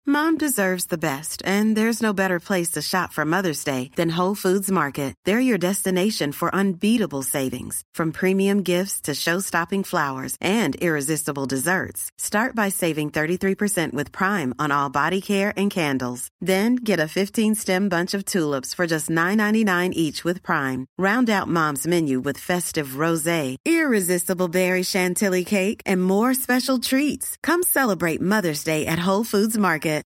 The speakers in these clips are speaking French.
Mom deserves the best, and there's no better place to shop for Mother's Day than Whole Foods Market. They're your destination for unbeatable savings, from premium gifts to show-stopping flowers and irresistible desserts. Start by saving 33% with Prime on all body care and candles. Then get a 15-stem bunch of tulips for just $9.99 each with Prime. Round out Mom's menu with festive rosé, irresistible berry chantilly cake, and more special treats. Come celebrate Mother's Day at Whole Foods Market.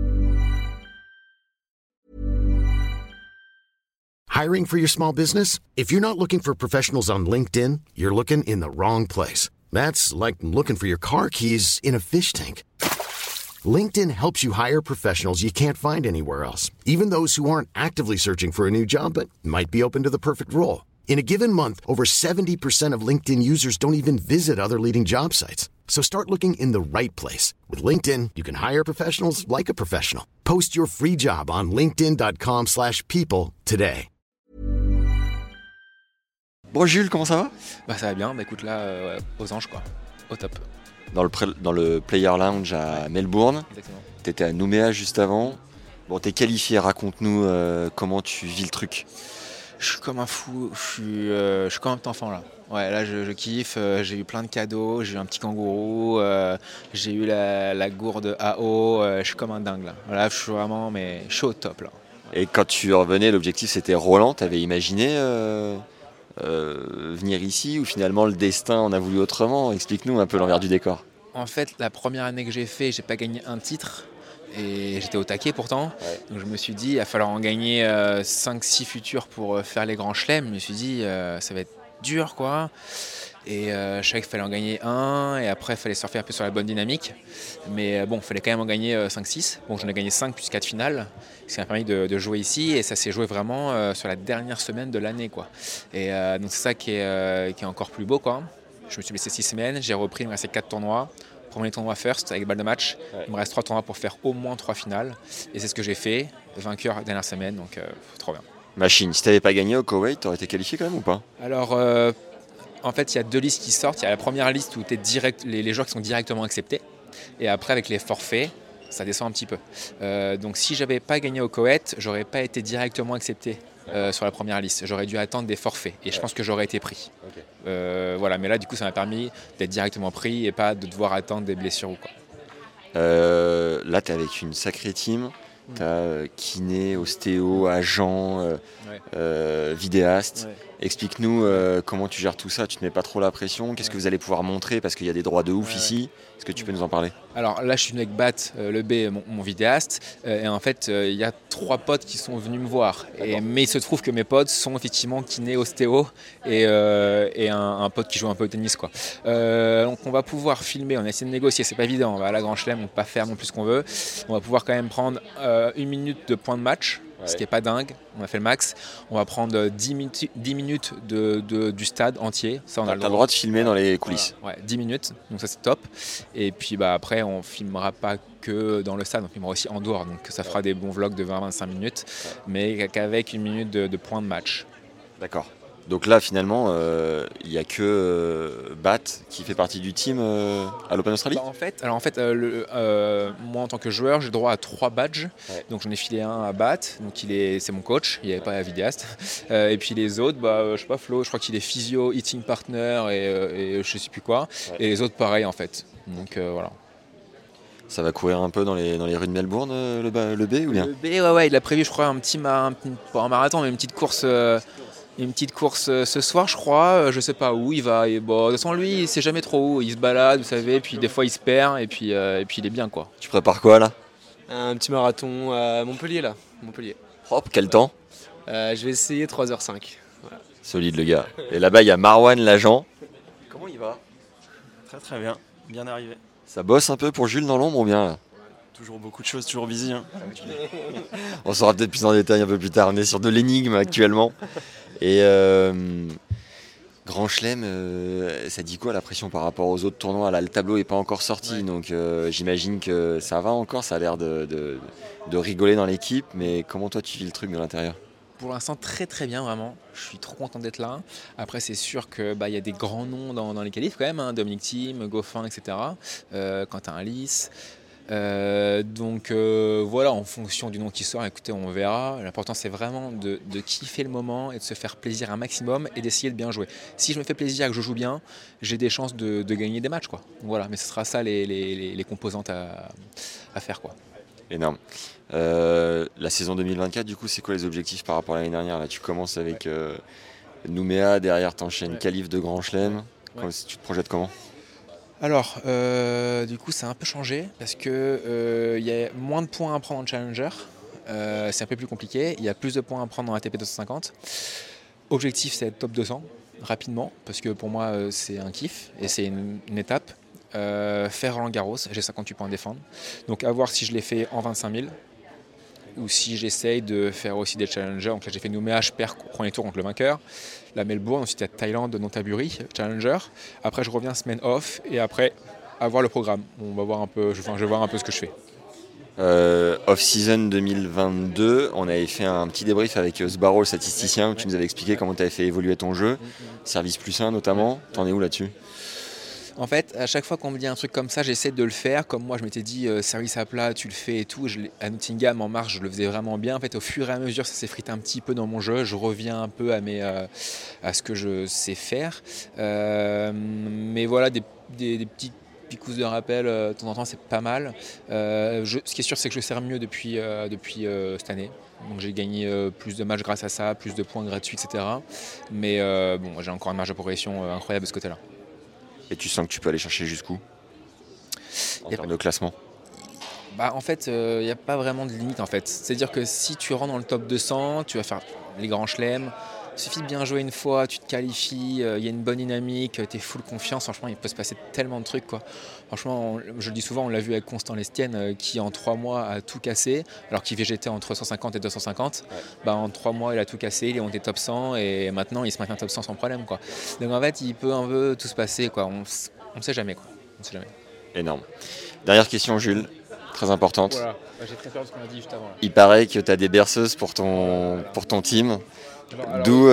Hiring for your small business? If you're not looking for professionals on LinkedIn, you're looking in the wrong place. That's like looking for your car keys in a fish tank. LinkedIn helps you hire professionals you can't find anywhere else, even those who aren't actively searching for a new job but might be open to the perfect role. In a given month, over 70% of LinkedIn users don't even visit other leading job sites. So start looking in the right place. With LinkedIn, you can hire professionals like a professional. Post your free job on linkedin.com/people today. Bon Jules, comment ça va? Bah ça va bien, bah écoute là, aux anges quoi, au top. Dans le Player Lounge à Melbourne. Exactement. T'étais à Nouméa juste avant. Bon, t'es qualifié, raconte-nous comment tu vis le truc. Je suis comme un fou, je suis comme un petit enfant là. Ouais, là je kiffe, j'ai eu plein de cadeaux, j'ai eu un petit kangourou, j'ai eu la gourde AO, je suis comme un dingue là. Voilà, je suis vraiment au top là. Et quand tu revenais, l'objectif c'était Roland, t'avais imaginé venir ici ou finalement le destin en a voulu autrement? Explique-nous un peu l'envers du décor. En fait, la première année que j'ai fait, j'ai pas gagné un titre. Et j'étais au taquet pourtant, donc je me suis dit il va falloir en gagner 5-6 futurs pour faire les grands chelems. Je me suis dit ça va être dur quoi. Et je savais qu'il fallait en gagner un et après il fallait surfer un peu sur la bonne dynamique. Mais bon, il fallait quand même en gagner 5-6. Bon, j'en ai gagné 5 plus 4 finales, ce qui m'a permis de jouer ici et ça s'est joué vraiment sur la dernière semaine de l'année quoi. Et donc c'est ça qui est encore plus beau quoi. Je me suis laissé 6 semaines, j'ai repris, il me restait 4 tournois. Premier tournoi first avec balle de match. Ouais. Il me reste 3 tournois pour faire au moins 3 finales. Et c'est ce que j'ai fait, vainqueur la dernière semaine, donc trop bien. Machine, si tu n'avais pas gagné au Koweït, tu aurais été qualifié quand même ou pas? Alors, en fait, il y a 2 listes qui sortent. Il y a la première liste où tu es les joueurs qui sont directement acceptés. Et après, avec les forfaits, ça descend un petit peu. Donc si j'avais pas gagné au Koweït, j'aurais pas été directement accepté sur la première liste. J'aurais dû attendre des forfaits et je pense que j'aurais été pris. Okay. Voilà, mais là du coup ça m'a permis d'être directement pris et pas de devoir attendre des blessures ou quoi. Là tu es avec une sacrée team. Tu as kiné, ostéo, agent, vidéaste. Ouais. Explique-nous comment tu gères tout ça. Tu te mets pas trop la pression? Qu'est-ce que vous allez pouvoir montrer? Parce qu'il y a des droits de ouf ici. Est-ce que tu peux nous en parler? Alors là, je suis venu avec Bat, le B, mon vidéaste. Et en fait, il y a 3 potes qui sont venus me voir. Mais il se trouve que mes potes sont effectivement kiné, ostéo et un pote qui joue un peu au tennis, quoi. Donc on va pouvoir filmer. On a essayé de négocier. C'est pas évident. On va à la Grand Chelem, on peut pas faire non plus ce qu'on veut. On va pouvoir quand même prendre 1 minute de point de match. Ce qui n'est pas dingue, on a fait le max. On va prendre 10 minutes du stade entier. Ça, on a le droit de filmer dans les coulisses. Voilà. Ouais, 10 minutes, donc ça c'est top. Et puis après, on ne filmera pas que dans le stade, on filmera aussi en dehors. Donc ça fera des bons vlogs de 20-25 minutes, mais qu'avec 1 minute de point de match. D'accord. Donc là, finalement, il n'y a que Bat qui fait partie du team à l'Open Australie? En fait, moi, en tant que joueur, j'ai droit à 3 badges. Ouais. Donc j'en ai filé un à Bat, donc c'est mon coach, il n'y avait pas la vidéaste. Et puis les autres, je sais pas, Flo, je crois qu'il est physio, eating partner et je sais plus quoi. Ouais. Et les autres, pareil, en fait. Donc voilà. Ça va courir un peu dans les rues de Melbourne, le B ou bien? Le B, ouais, il a prévu, je crois, pas un marathon, mais une petite course... Une petite course ce soir, je crois. Je sais pas où il va. Et bon, de toute façon, lui, il sait jamais trop où. Il se balade, vous savez. Puis des fois, il se perd. Et puis il est bien, quoi. Tu prépares quoi là? Un petit marathon à Montpellier, là. Montpellier. Propre, quel temps? Je vais essayer 3h05. Voilà. Solide, le gars. Et là-bas, il y a Marwan, l'agent. Comment il va? Très très bien. Bien arrivé. Ça bosse un peu pour Jules dans l'ombre ou bien là? Toujours beaucoup de choses, toujours busy. Hein. On saura peut-être plus en détail un peu plus tard. On est sur de l'énigme actuellement. Et Grand Chelem, ça dit quoi la pression par rapport aux autres tournois? Là, le tableau n'est pas encore sorti, donc j'imagine que ça va encore. Ça a l'air de rigoler dans l'équipe, mais comment toi tu vis le truc de l'intérieur? Pour l'instant, très très bien, vraiment. Je suis trop content d'être là. Après, c'est sûr qu'il y a des grands noms dans les qualifs quand même, hein. Dominic Thiem, Goffin, etc. Quentin Alice. Donc voilà, en fonction du nom qui sort, écoutez, on verra. L'important c'est vraiment de kiffer le moment et de se faire plaisir un maximum et d'essayer de bien jouer. Si je me fais plaisir et que je joue bien, j'ai des chances de gagner des matchs, quoi. Voilà, mais ce sera ça les composantes à faire, quoi. Énorme. La saison 2024, du coup, c'est quoi les objectifs par rapport à l'année dernière? Là, tu commences avec Nouméa, derrière t'enchaînes qualif de Grand Chelem. Tu te projettes comment? Alors, du coup, ça a un peu changé parce que y a moins de points à prendre en Challenger. C'est un peu plus compliqué. Il y a plus de points à prendre en ATP 250. Objectif, c'est être top 200 rapidement parce que pour moi, c'est un kiff et c'est une étape. Faire Roland Garros, j'ai 58 points à défendre. Donc, à voir si je l'ai fait en 25 000 ou si j'essaye de faire aussi des challengers. Donc là, j'ai fait Nouméa, je perds au premier tour contre le vainqueur. La Melbourne, ensuite il y a Thaïlande, Nonthaburi, challenger. Après, je reviens semaine off et après, avoir le programme. On va voir un peu, je vais voir un peu ce que je fais. Off-season 2022, on avait fait un petit débrief avec Sbarro, le statisticien, où tu nous avais expliqué comment tu avais fait évoluer ton jeu, service plus 1 notamment. T'en es où là-dessus? En fait, à chaque fois qu'on me dit un truc comme ça, j'essaie de le faire. Comme moi, je m'étais dit, service à plat, tu le fais et tout. À Nottingham, en marche, je le faisais vraiment bien. En fait, au fur et à mesure, ça s'effrite un petit peu dans mon jeu. Je reviens un peu à ce que je sais faire. Mais voilà, des petits picousses de rappel, de temps en temps, c'est pas mal. Ce qui est sûr, c'est que je sers mieux depuis cette année. Donc j'ai gagné plus de matchs grâce à ça, plus de points gratuits, etc. Mais bon, j'ai encore une marge de progression incroyable de ce côté-là. Et tu sens que tu peux aller chercher jusqu'où en termes de classement? En fait, il n'y a pas vraiment de limite en fait. C'est-à-dire que si tu rentres dans le top 200, tu vas faire les grands chelems. Il suffit de bien jouer une fois, tu te qualifies, il y a une bonne dynamique, tu es full confiance. Franchement, il peut se passer tellement de trucs, quoi. Franchement, je le dis souvent, on l'a vu avec Constant Lestienne qui en 3 mois a tout cassé, alors qu'il végétait entre 150 et 250. En 3 mois, il a tout cassé, il est monté top 100 et maintenant, il se maintient top 100 sans problème, quoi. Donc en fait, il peut un peu tout se passer, quoi. On ne sait jamais, quoi. On sait jamais. Énorme. Dernière question, Jules, très importante. Voilà. J'ai très peur de ce qu'on a dit juste avant. Là. Il paraît que tu as des berceuses pour ton team. D'où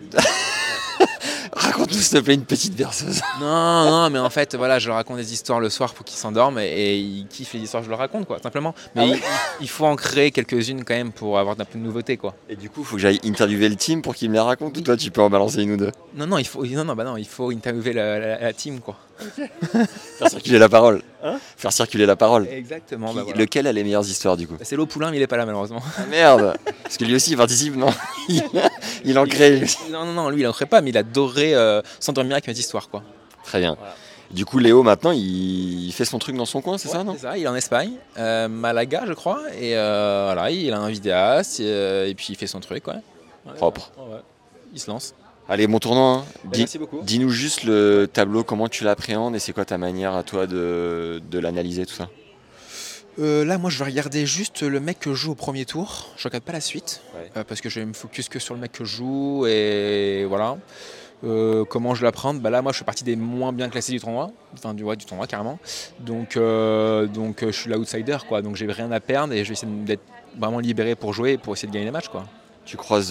raconte-nous s'il te plaît une petite berceuse. Non, mais en fait, voilà, je leur raconte des histoires le soir pour qu'ils s'endorment et ils kiffent les histoires que je leur raconte, quoi, simplement. Mais il faut en créer quelques-unes quand même pour avoir un peu de nouveauté, quoi. Et du coup, il faut que j'aille interviewer le team pour qu'ils me les racontent ou toi, tu peux en balancer une ou deux? Non, il faut interviewer la team, quoi. Faire circuler la parole. Faire circuler la parole. Exactement. Voilà. Lequel a les meilleures histoires du coup? C'est Léo Poulain, mais il est pas là malheureusement. Ah, merde. Parce que lui aussi il participe, non? Il en crée. Non, lui il en crée pas, mais il adorait s'endormir avec mes histoires, quoi. Très bien. Voilà. Du coup, Léo maintenant il fait son truc dans son coin, c'est ça, non? C'est ça, il est en Espagne, Malaga je crois, et voilà, il a un vidéaste et puis il fait son truc, ouais. Propre. Ouais. Il se lance. Allez, bon tournoi. Hein. Merci beaucoup. Dis-nous juste le tableau, comment tu l'appréhendes et c'est quoi ta manière à toi de l'analyser, tout ça? Là, moi, je vais regarder juste le mec que je joue au premier tour. Je regarde pas la suite parce que je vais me focus que sur le mec que je joue et voilà. Comment je l'appréhende? Là, moi, je fais partie des moins bien classés du tournoi, enfin du tournoi carrément. Donc, je suis l'outsider, quoi. Donc, j'ai rien à perdre et je vais essayer d'être vraiment libéré pour jouer et pour essayer de gagner les matchs, quoi. Tu croises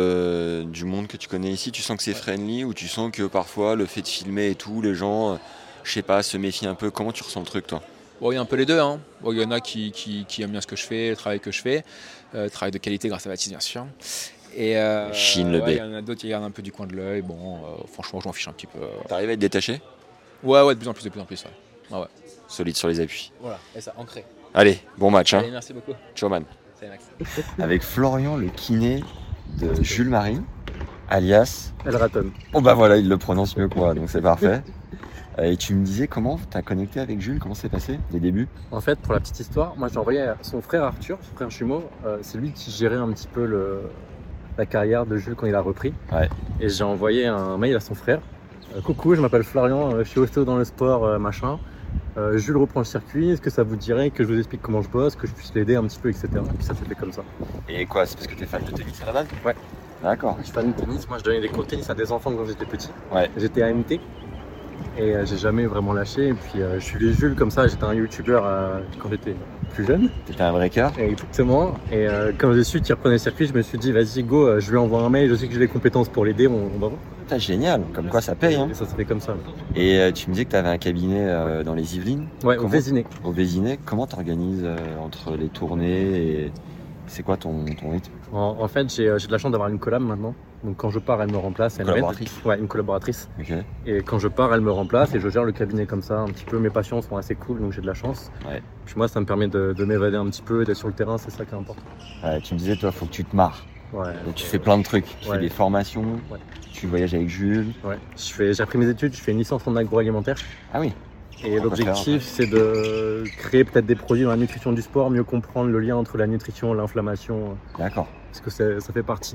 du monde que tu connais ici, tu sens que c'est friendly ou tu sens que parfois le fait de filmer et tout, les gens, je sais pas, se méfient un peu? Comment tu ressens le truc, toi? Il y a un peu les deux. Hein. Il y en a qui aiment bien ce que je fais, le travail que je fais, travail de qualité grâce à Baptiste, bien sûr. Et Chine le B. Il y en a d'autres qui regardent un peu du coin de l'œil. Bon, franchement, je m'en fiche un petit peu. T'arrives à être détaché? Ouais, de plus en plus. Ouais. Solide sur les appuis. Voilà, et ça, ancré. Allez, bon match. Allez, merci beaucoup. Ciao, man. Salut, Max. Avec Florian, le kiné de Jules Marie, alias El Raton. Oh voilà, il le prononce mieux que moi, donc c'est parfait. Et tu me disais comment tu as connecté avec Jules, comment c'est passé, les débuts? En fait, pour la petite histoire, moi j'ai envoyé à son frère Arthur, son frère jumeau, c'est lui qui gérait un petit peu la carrière de Jules quand il a repris. Ouais. Et j'ai envoyé un mail à son frère. Coucou, je m'appelle Florian, je suis ostéo dans le sport, machin. Jules reprend le circuit, est-ce que ça vous dirait que je vous explique comment je bosse, que je puisse l'aider un petit peu, etc. Et puis ça s'est fait comme ça. Et quoi, c'est parce que tu es fan de tennis à la base? Ouais. D'accord. Je suis fan de tennis, moi je donnais des cours de tennis à des enfants quand j'étais petit. Ouais. J'étais AMT. Et j'ai jamais vraiment lâché. Et puis je suivais Jules comme ça, j'étais un youtubeur quand j'étais plus jeune. T'étais un vrai cas. Exactement. Et quand j'ai su qu'il reprenait le circuit, je me suis dit vas-y go, je lui envoie un mail, je sais que j'ai les compétences pour l'aider, on va voir. Putain, génial, comme quoi ça paye. Hein. Et ça se fait comme ça. Et tu me disais que tu avais un cabinet dans les Yvelines. Ouais, au Vésinet. Au Vésinet, comment t'organises entre les tournées et c'est quoi ton rythme? En fait, j'ai de la chance d'avoir une collab maintenant. Donc quand je pars, elle me remplace. Elle collaboratrice. Ouais, une collaboratrice. Ok. Et quand je pars, elle me remplace et je gère le cabinet comme ça. Un petit peu, mes patients sont assez cool, donc j'ai de la chance. Ouais. Puis moi, ça me permet de m'évader un petit peu et d'être sur le terrain, c'est ça qui est important. Ouais, tu me disais, toi, faut que tu te marres. Ouais. Donc tu fais plein de trucs. Tu fais des formations, tu voyages avec Jules. Ouais. J'ai appris mes études, je fais une licence en agroalimentaire. Ah oui. Et l'objectif, c'est de créer peut-être des produits dans la nutrition du sport, mieux comprendre le lien entre la nutrition et l'inflammation. D'accord. Parce que ça fait partie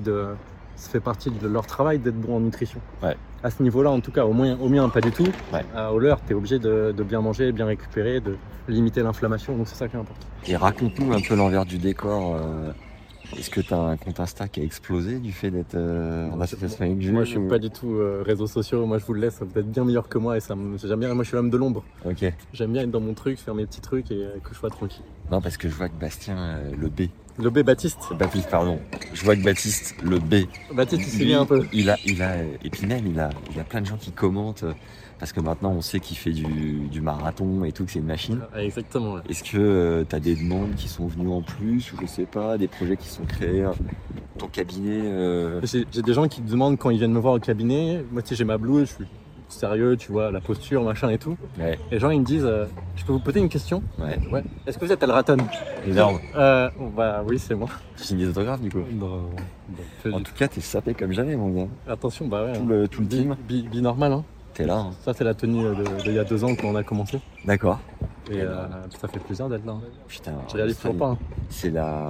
de leur travail d'être bon en nutrition. Ouais. À ce niveau-là, en tout cas, au mien, pas du tout. Ouais. Au leur, tu es obligé de bien manger, bien récupérer, de limiter l'inflammation. Donc c'est ça qui est important. Et raconte-nous un peu l'envers du décor. Est-ce que tu as un compte Insta qui a explosé du fait d'être en association avec Jules? Moi, je suis pas du tout réseaux sociaux. Moi, je vous le laisse. Vous êtes bien meilleur que moi et j'aime bien. Moi, je suis l'homme de l'ombre. Ok. J'aime bien être dans mon truc, faire mes petits trucs et que je sois tranquille. Non, parce que je vois que Bastien, le B. Le B Baptiste. Baptiste, pardon. Je vois que Baptiste, le B. Baptiste, il s'est mis un peu. Il a, et puis même, il y a plein de gens qui commentent. Parce que maintenant, on sait qu'il fait du marathon et tout, que c'est une machine. Exactement. Ouais. Est-ce que tu as des demandes qui sont venues en plus, ou je sais pas, des projets qui sont créés, ton cabinet J'ai des gens qui me demandent quand ils viennent me voir au cabinet. Moi, tu sais, j'ai ma blouse, je suis sérieux, tu vois, la posture, machin et tout. Ouais. Et les gens, ils me disent je peux vous poser une question? Ouais. Est-ce que vous êtes El Raton? Énorme. Bah oui, c'est moi. Tu signes des autographes du coup? Non. En tout cas, t'es sapé comme jamais, mon gars. Attention, bah ouais. Tout le team. Normal, hein. T'es là. Hein. Ça, c'est la tenue d'il y a 2 ans quand on a commencé. D'accord. Et ça fait plaisir d'être là. Hein. Putain. Je réalise toujours pas. Hein. C'est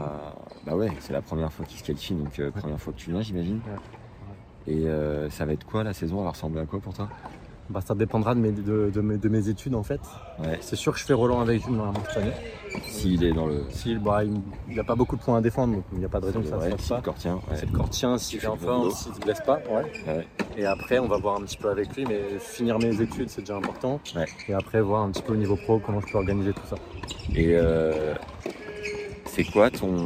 la première fois qu'il se qualifie, donc première fois que tu viens, j'imagine. Ouais. Et ça va être quoi la saison? Elle va ressembler à quoi pour toi? Bah, ça dépendra de mes études en fait. Ouais. C'est sûr que je fais Roland avec Jules normalement cette année. S'il est dans le. Il n'a pas beaucoup de points à défendre, donc il n'y a pas de raison que ça se fasse pas. C'est le Cortien, s'il est en forme, s'il ne se blesse pas. Ouais. Et après, on va voir un petit peu avec lui, mais finir mes études, c'est déjà important. Ouais. Et après, voir un petit peu au niveau pro comment je peux organiser tout ça. Et c'est quoi ton.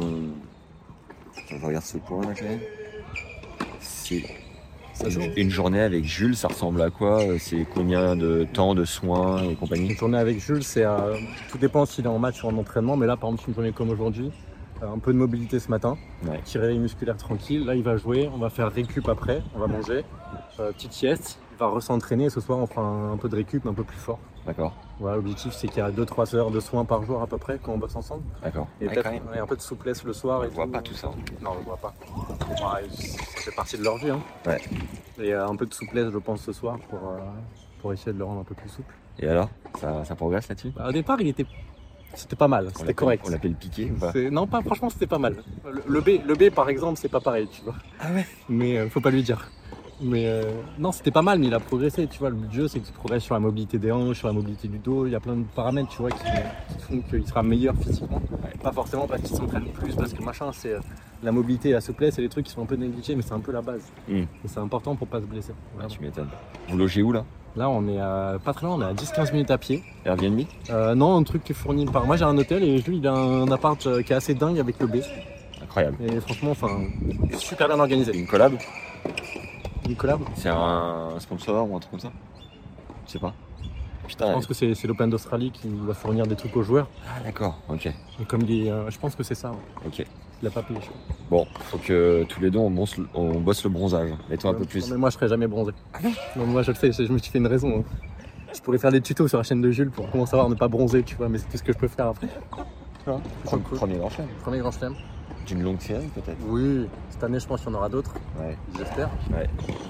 Je regarde ce point là quand même. C'est. Une journée avec Jules, ça ressemble à quoi? C'est combien de temps, de soins et compagnie? Une journée avec Jules, tout dépend s'il est en match ou en entraînement, mais là par exemple une journée comme aujourd'hui, un peu de mobilité ce matin, tirée musculaire tranquille, là il va jouer, on va faire récup après, on va manger, petite sieste, il va re-s'entraîner et ce soir on fera un peu de récup un peu plus fort. D'accord. Voilà, l'objectif c'est qu'il y a 2-3 heures de soins par jour à peu près quand on bosse ensemble. D'accord. Et peut-être un peu de souplesse le soir. On ne voit pas tout ça. Non, on ne voit pas. Ça fait partie de leur vie. Hein. Ouais. Et un peu de souplesse je pense ce soir pour essayer de le rendre un peu plus souple. Et alors, ça progresse là-dessus? Au départ c'était pas mal, c'était correct. On l'appelle piqué ou pas? Non, pas franchement c'était pas mal. Le B par exemple c'est pas pareil, tu vois. Ah ouais? Mais faut pas lui dire. Mais non, c'était pas mal, mais il a progressé, tu vois. Le but du jeu, c'est qu'il progresse sur la mobilité des hanches, sur la mobilité du dos. Il y a plein de paramètres, tu vois, qui font qu'il sera meilleur physiquement. Pas forcément parce qu'il s'entraîne plus, parce que machin, c'est la mobilité et la souplesse, c'est des trucs qui sont un peu négligés, mais c'est un peu la base. Et c'est important pour pas se blesser. Ouais, tu m'étonnes. Vous logez où là? Là, on est pas très loin, on est à 10-15 minutes à pied. Airbnb? Non, un truc qui est fourni par. Moi, j'ai un hôtel et lui, il a un appart qui est assez dingue avec le B. Incroyable. Et franchement, super bien organisé. Une collab? Une collab? C'est un sponsor ou un truc comme ça? Je sais pas. Putain, je pense que c'est l'Open d'Australie qui va fournir des trucs aux joueurs. Ah d'accord, ok. Et comme je pense que c'est ça. Ouais. Ok. Il a pas payé. Bon, faut que tous les deux on bosse le bronzage. Mets-toi un peu plus. Non, mais moi je serai jamais bronzé. Non, moi je le sais, je me suis fait une raison. Hein. Je pourrais faire des tutos sur la chaîne de Jules pour comment savoir ne pas bronzer, tu vois, mais c'est tout ce que je peux faire après. Premier grand chelem. Premier grand chelem. D'une longue série peut-être? Oui, cette année je pense qu'il y en aura d'autres. Ouais. J'espère. Ouais.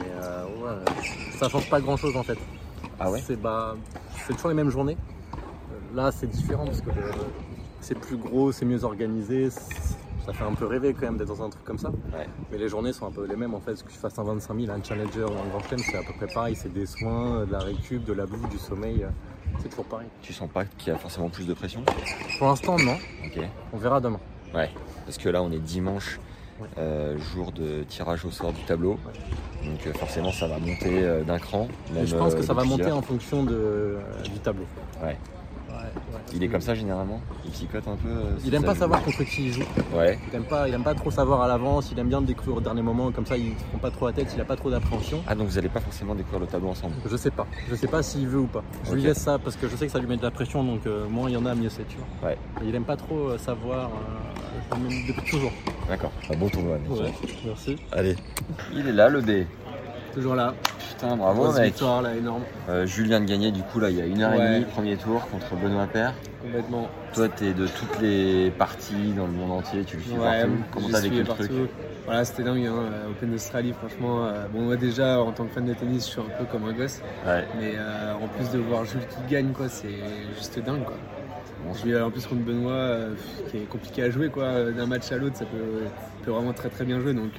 Mais ça change pas grand chose en fait. Ah ouais? C'est toujours les mêmes journées. Là c'est différent parce que c'est plus gros, c'est mieux organisé. Ça fait un peu rêver quand même d'être dans un truc comme ça. Ouais. Mais les journées sont un peu les mêmes en fait. Que je fasse un 25 000, un challenger ou un grand chelem, c'est à peu près pareil. C'est des soins, de la récup, de la bouffe, du sommeil. C'est toujours pareil. Tu sens pas qu'il y a forcément plus de pression? Pour l'instant non. Ok. On verra demain. Ouais. Parce que là on est dimanche jour de tirage au sort du tableau. Donc forcément ça va monter d'un cran. Et je pense que ça va monter en fonction du tableau. Ouais. Il est comme ça généralement, il psychote un peu. Il aime pas savoir contre qui il joue. Ouais. Il aime pas trop savoir à l'avance, il aime bien le découvrir au dernier moment, comme ça il ne prend pas trop la tête, il a pas trop d'appréhension. Ah donc vous allez pas forcément découvrir le tableau ensemble? Je sais pas s'il veut ou pas. Je lui laisse ça parce que je sais que ça lui met de la pression, donc moins il y en a, mieux c'est, tu vois. Ouais. Et il aime pas trop savoir, même depuis toujours. D'accord, un bon tournoi mec. Ouais, merci. Allez, il est là le B. Toujours là. Putain, bravo Grosse mec. victoire là, énorme. Jules vient de gagner du coup là il y a 1h30, premier tour contre Benoît Paire. Complètement. Toi t'es de toutes les parties dans le monde entier, tu le suis partout. Comment t'as vécu le truc? Voilà, c'était dingue, hein. Open d'Australie, franchement. Bon, moi déjà en tant que fan de tennis, je suis un peu comme un gosse. Ouais. Mais en plus de voir Jules qui gagne, quoi, c'est juste dingue, quoi. Bon, Je vais en plus contre Benoît, qui est compliqué à jouer, quoi. D'un match à l'autre, ça peut vraiment très très bien jouer. Donc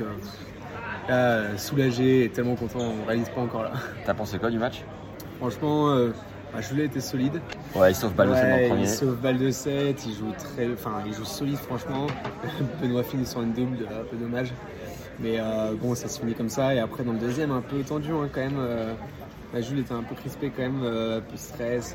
là, soulagé et tellement content, on réalise pas encore là. T'as pensé quoi du match? Franchement, Jules était solide. Ouais, il sauve balle de 7 dans le premier. Il sauve balle de 7, il joue solide franchement. Benoît finit sur une double, un peu dommage. Mais bon, ça se finit comme ça. Et après dans le deuxième, un peu tendu hein, quand même. Jules était un peu crispé quand même, un peu stress.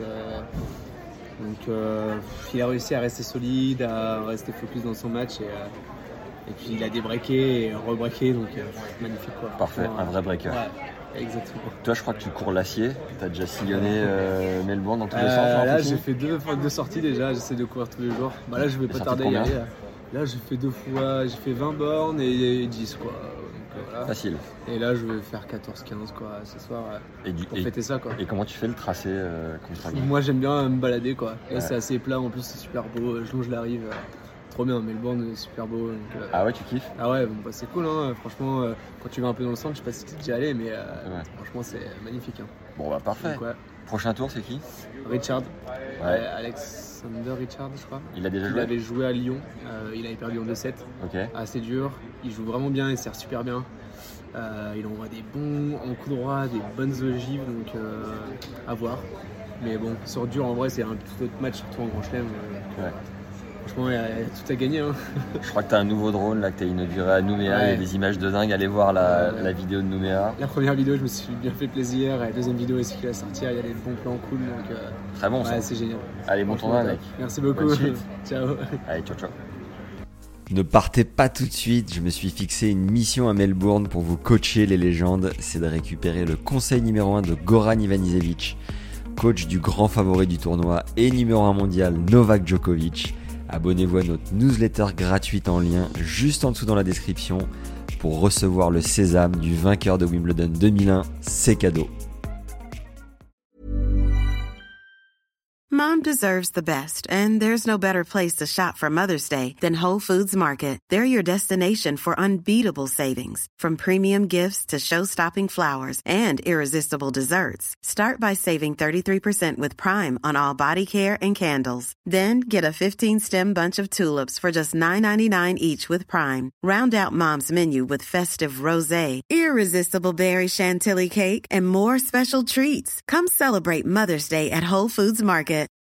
Donc il a réussi à rester solide, à rester focus dans son match. Et puis il a débreaké et rebreaké, donc magnifique quoi. Parfait, un vrai breaker. Ouais, exactement. Toi je crois que tu cours l'acier, t'as déjà sillonné Melbourne dans tous les sens. Là j'ai fait deux sorties déjà, j'essaie de courir tous les jours. Bah là je vais pas tarder à y aller. Là j'ai fait 2 fois, j'ai fait 20 bornes et 10 quoi. Donc, voilà. Facile. Et là je vais faire 14-15 quoi ce soir pour fêter ça quoi. Et comment tu fais le tracé Moi j'aime bien me balader quoi. Là Ouais. c'est assez plat, en plus c'est super beau, je longe la rive. Trop bien, Melbourne super beau. Donc, Ah ouais, tu kiffes? Ah ouais, bon, bah, c'est cool hein. Franchement quand tu vas un peu dans le centre, je sais pas si tu es déjà allé mais franchement c'est magnifique hein. Bon bah parfait. Donc, ouais. Prochain tour c'est qui? Richard, Ouais. Alexander Richard je crois. Il a déjà Il joué? avait joué à Lyon, il avait perdu en 2-7. Ok. Assez dur, il joue vraiment bien, il sert super bien. Il envoie des bons en coup droit, des bonnes ogives, donc à voir. Mais bon, sur dur en vrai c'est un tout autre match, surtout en grand chelem. Ouais. Franchement, il y a tout à gagner. Hein. Je crois que t'as un nouveau drone là que t'as inauguré à Nouméa, il y a des images de dingue, allez voir la vidéo de Nouméa. La première vidéo, je me suis bien fait plaisir, et la deuxième vidéo aussi qui va sortir, il y a des bons plans cool, donc Très bon ça. ouais, c'est génial. Allez, bon tournoi mec. Merci beaucoup. Bonne suite. Ciao. Allez, ciao ciao. Ne partez pas tout de suite, je me suis fixé une mission à Melbourne pour vous coacher les légendes, c'est de récupérer le conseil numéro 1 de Goran Ivanisevic, coach du grand favori du tournoi et numéro 1 mondial Novak Djokovic. Abonnez-vous à notre newsletter gratuite en lien juste en dessous dans la description pour recevoir le sésame du vainqueur de Wimbledon 2001, c'est cadeau. Mom deserves the best, and there's no better place to shop for Mother's Day than Whole Foods Market. They're your destination for unbeatable savings, from premium gifts to show-stopping flowers and irresistible desserts. Start by saving 33% with Prime on all body care and candles. Then get a 15-stem bunch of tulips for just $9.99 each with Prime. Round out Mom's menu with festive rosé, irresistible berry chantilly cake, and more special treats. Come celebrate Mother's Day at Whole Foods Market.